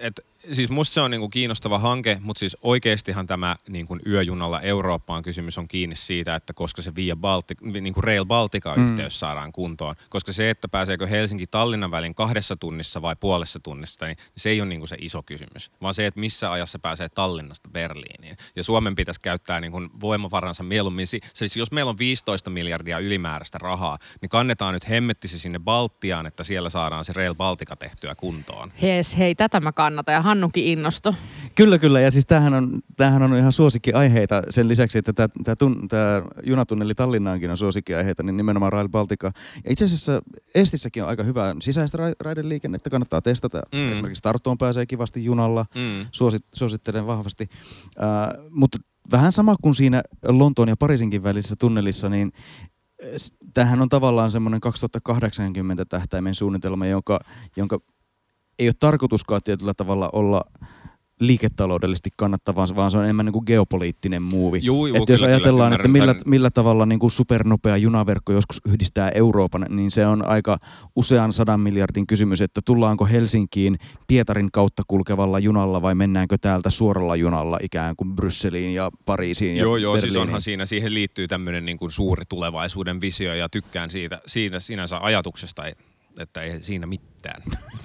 siis musta se on niinku kiinnostava hanke, mutta siis oikeastihan tämä niinku yöjunalla Eurooppaan kysymys on kiinni siitä, että koska se Via Baltic, niinku Rail Baltica-yhteys mm. saadaan kuntoon. Koska se, että pääseekö Helsinki-Tallinnan välin kahdessa tunnissa vai puolessa tunnissa, niin se ei ole niinku se iso kysymys. Vaan se, että missä ajassa pääsee Tallinnasta Berliiniin. Ja Suomen pitäisi käyttää niinku voimavaransa mieluummin. Siis jos meillä on viisitoista miljardia ylimääräistä rahaa, niin kannetaan nyt hemmettisi sinne Baltiaan, että siellä saadaan se Rail Baltica tehtyä kuntoon. Hees, hei, tätä mä kannatan ja Hannukin innosto. Kyllä, kyllä. Ja siis tämähän on, tämähän on ihan suosikkiaiheita sen lisäksi, että tämä, tämä, tun, tämä junatunneli Tallinnaankin on suosikkiaiheita, niin nimenomaan Rail Baltica. Ja itse asiassa Estissäkin on aika hyvää sisäistä raideliikennettä, kannattaa testata. Mm. Esimerkiksi Tartoon pääsee kivasti junalla, mm. Suosit, suosittelen vahvasti. Äh, mutta vähän sama kuin siinä Lontoon ja Pariisinkin välisessä tunnelissa, niin tämähän on tavallaan semmoinen kaksituhattakahdeksankymmentä tähtäimen suunnitelma, jonka, jonka ei ole tarkoituskaan tietyllä tavalla olla liiketaloudellisesti kannattavaa, vaan se on enemmän niin kuin geopoliittinen muuvi. Juu, juu, että jos kyllä, ajatellaan, kyllä, että millä, millä tavalla niin kuin supernopea junaverkko joskus yhdistää Euroopan, niin se on aika usean sadan miljardin kysymys, että tullaanko Helsinkiin Pietarin kautta kulkevalla junalla vai mennäänkö täältä suoralla junalla ikään kuin Brysseliin ja Pariisiin ja Joo, joo, Berliiniin. siis onhan siinä, siihen liittyy tämmöinen niin kuin suuri tulevaisuuden visio ja tykkään siitä, siitä sinänsä ajatuksesta, että ei siinä mitään.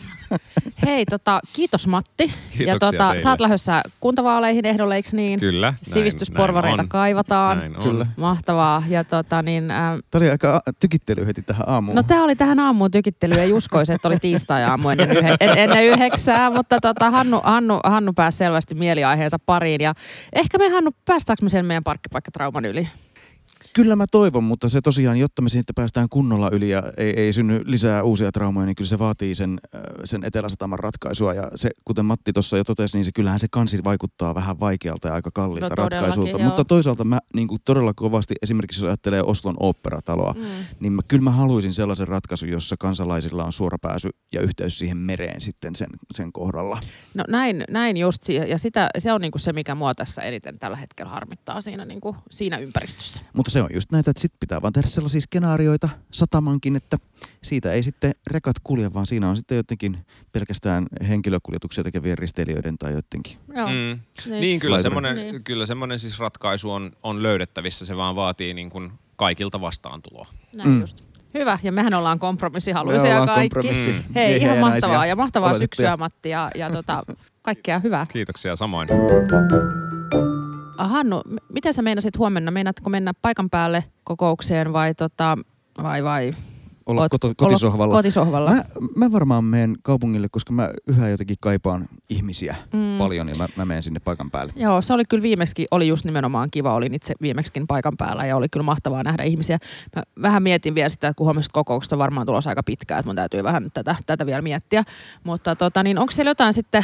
Hei, tota, kiitos Matti. Kiitoksia ja tota, teille. sä oot lähdössä kuntavaaleihin ehdolle, eikö niin? Kyllä. Sivistysporvareita näin on. kaivataan. Näin on. Kyllä. Mahtavaa. Ja tota, niin, ähm, Tämä oli aika tykittely heti tähän aamuun. no tää oli tähän aamuun tykittely ja uskoisin, että oli tiistai-aamu ennen, yhe, ennen yhdeksää, mutta tota, Hannu, Hannu, Hannu pääsi selvästi mieliaiheensa pariin. Ja ehkä me Hannu, päästäänkö me sen meidän parkkipaikkatrauman yli? Kyllä mä toivon, mutta se tosiaan, jotta me siitä päästään kunnolla yli ja ei, ei synny lisää uusia traumoja, niin kyllä se vaatii sen, sen Etelä-Sataman ratkaisua. Ja se, kuten Matti tuossa jo totesi, niin se kyllähän se kansi vaikuttaa vähän vaikealta ja aika kalliilta No ratkaisulta. joo. Mutta toisaalta mä niin kuin todella kovasti, esimerkiksi jos ajattelee Oslon oopperataloa, mm. niin mä, kyllä mä haluaisin sellaisen ratkaisun, jossa kansalaisilla on suora pääsy ja yhteys siihen mereen sitten sen, sen kohdalla. No näin, näin just, ja sitä, se on niinku se, mikä mua tässä eniten tällä hetkellä harmittaa siinä, niinku, siinä ympäristössä. Mutta se on just näitä, että sit pitää vaan tehdä sellaisia skenaarioita satamankin, että siitä ei sitten rekat kulje, vaan siinä on sitten jotenkin pelkästään henkilökuljetuksia tekevien risteilijöiden tai jotenkin. Joo. Mm. Niin. Niin, kyllä semmoinen, niin. kyllä semmoinen siis ratkaisu on, on löydettävissä. Se vaan vaatii niin kuin kaikilta vastaantuloa. Näin mm. just. Hyvä, ja mehän ollaan kompromissihaluisia Me ollaan kaikki. kompromissi. Mm. Hei, Miehiä ihan ja mahtavaa naisia. ja mahtavaa Oletettuja. syksyä Matti ja, ja tota, kaikkea hyvää. Kiitoksia samoin. Hannu, m- miten sä meinasit huomenna? Meinaatko mennä paikan päälle kokoukseen vai, tota, vai, vai Olla oot- koto, kotisohvalla. kotisohvalla? Mä, mä varmaan menen kaupungille, koska mä yhä jotenkin kaipaan ihmisiä mm. paljon ja mä, mä menen sinne paikan päälle. Joo, se oli kyllä viimeksi, oli just nimenomaan kiva, olin itse viimeksikin paikan päällä ja oli kyllä mahtavaa nähdä ihmisiä. Mä vähän mietin vielä sitä, kun huomisesta kokouksesta on varmaan tulossa aika pitkään, että mun täytyy vähän tätä, tätä vielä miettiä. Mutta tota, niin onko siellä jotain sitten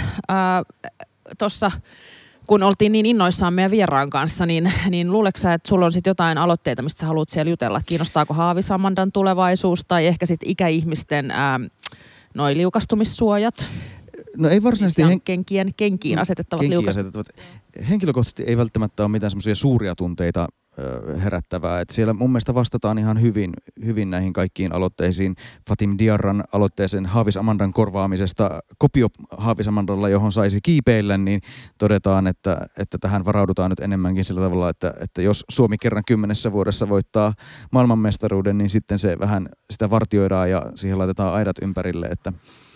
tuossa, kun oltiin niin innoissaan meidän vieraan kanssa, niin, niin luuletko sä, että sulla on sitten jotain aloitteita, mistä sä haluat siellä jutella? Kiinnostaako Haavisamandan tulevaisuus tai ehkä sitten ikäihmisten ää, noi liukastumissuojat? No ei varsinaisesti Siis hen- kenkien, kenkiin asetettavat kenkiin liukastumissuojat. asetettavat. Henkilökohtaisesti ei välttämättä ole mitään semmoisia suuria tunteita ö, herättävää. Et siellä mun mielestä vastataan ihan hyvin, hyvin näihin kaikkiin aloitteisiin. Fatim Diarran aloitteeseen Haavis Amandan korvaamisesta kopio Haavis Amandalla, johon saisi kiipeillä, niin todetaan, että, että tähän varaudutaan nyt enemmänkin sillä tavalla, että, että jos Suomi kerran kymmenessä vuodessa voittaa maailmanmestaruuden, niin sitten se vähän sitä vartioidaan ja siihen laitetaan aidat ympärille, että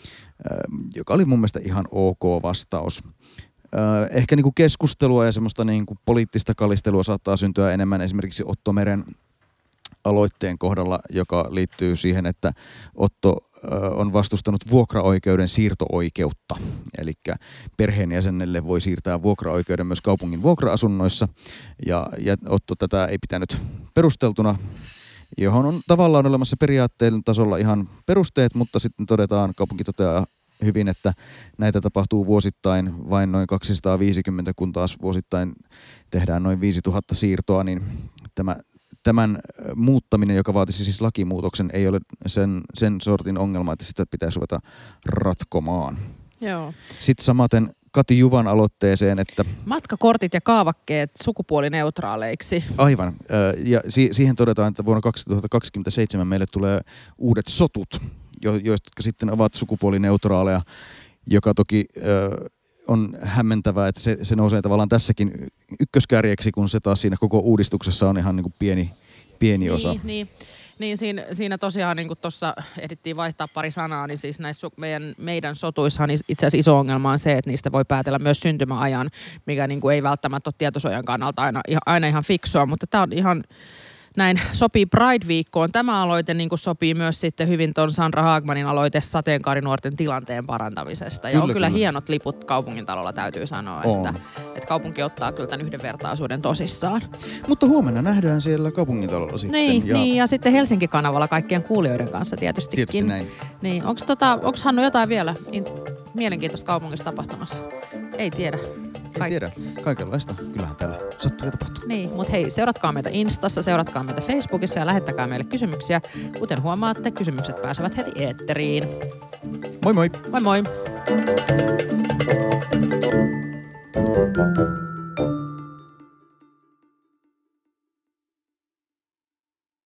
joka oli mun mielestä ihan ok vastaus. Ehkä niinku keskustelua ja semmoista niinku poliittista kalistelua saattaa syntyä enemmän esimerkiksi Otto Meren aloitteen kohdalla, joka liittyy siihen, että Otto on vastustanut vuokraoikeuden siirto-oikeutta. Eli perheenjäsenelle voi siirtää vuokraoikeuden myös kaupungin vuokra-asunnoissa. Ja, ja Otto tätä ei pitänyt perusteltuna, johon on tavallaan olemassa periaatteen tasolla ihan perusteet, mutta sitten todetaan, kaupunki toteaa hyvin, että näitä tapahtuu vuosittain vain noin kaksisataaviisikymmentä, kun taas vuosittain tehdään noin viisituhatta siirtoa, niin tämä, tämän muuttaminen, joka vaatisi siis lakimuutoksen, ei ole sen, sen sortin ongelma, että sitä pitäisi ruveta ratkomaan. Joo. Sitten samaten Kati Juvan aloitteeseen, että Matkakortit ja kaavakkeet sukupuolineutraaleiksi. aivan. Ja siihen todetaan, että vuonna kaksituhattakaksikymmentäseitsemän meille tulee uudet sotut, joista sitten ovat sukupuolineutraaleja, joka toki on hämmentävää, että se, se nousee tavallaan tässäkin ykköskärjeksi, kun se taas siinä koko uudistuksessa on ihan niin kuin pieni, pieni niin, osa. Niin, niin siinä, siinä tosiaan niin kuin tuossa ehdittiin vaihtaa pari sanaa, niin siis näissä meidän, meidän sotuissahan itse asiassa iso ongelma on se, että niistä voi päätellä myös syntymäajan, mikä niin kuin ei välttämättä ole tietosuojan kannalta aina, aina ihan fiksua, mutta tämä on ihan... Näin sopii Pride-viikkoon. Tämä aloite niin kuin sopii myös sitten hyvin tuon Sandra Hagmanin aloite sateenkaarinuorten tilanteen parantamisesta. Ja kyllä, on kyllä, kyllä hienot liput kaupungintalolla, täytyy sanoa, että, että kaupunki ottaa kyllä tämän yhdenvertaisuuden tosissaan. Mutta huomenna nähdään siellä kaupungintalolla sitten. Niin, ja, niin, ja sitten Helsinki-kanavalla kaikkien kuulijoiden kanssa tietystikin. Tietysti näin. Niin, onko tota, Hannu jotain vielä mielenkiintoista kaupungissa tapahtumassa? Ei tiedä. Ei tiedä. Kaikenlaista. Kyllähän täällä sattuu ja tapahtuu. Niin, mutta hei, seuratkaa meitä Instassa, seuratkaa meitä Facebookissa ja lähettäkää meille kysymyksiä. Kuten huomaatte, kysymykset pääsevät heti eetteriin. Moi moi! Moi moi!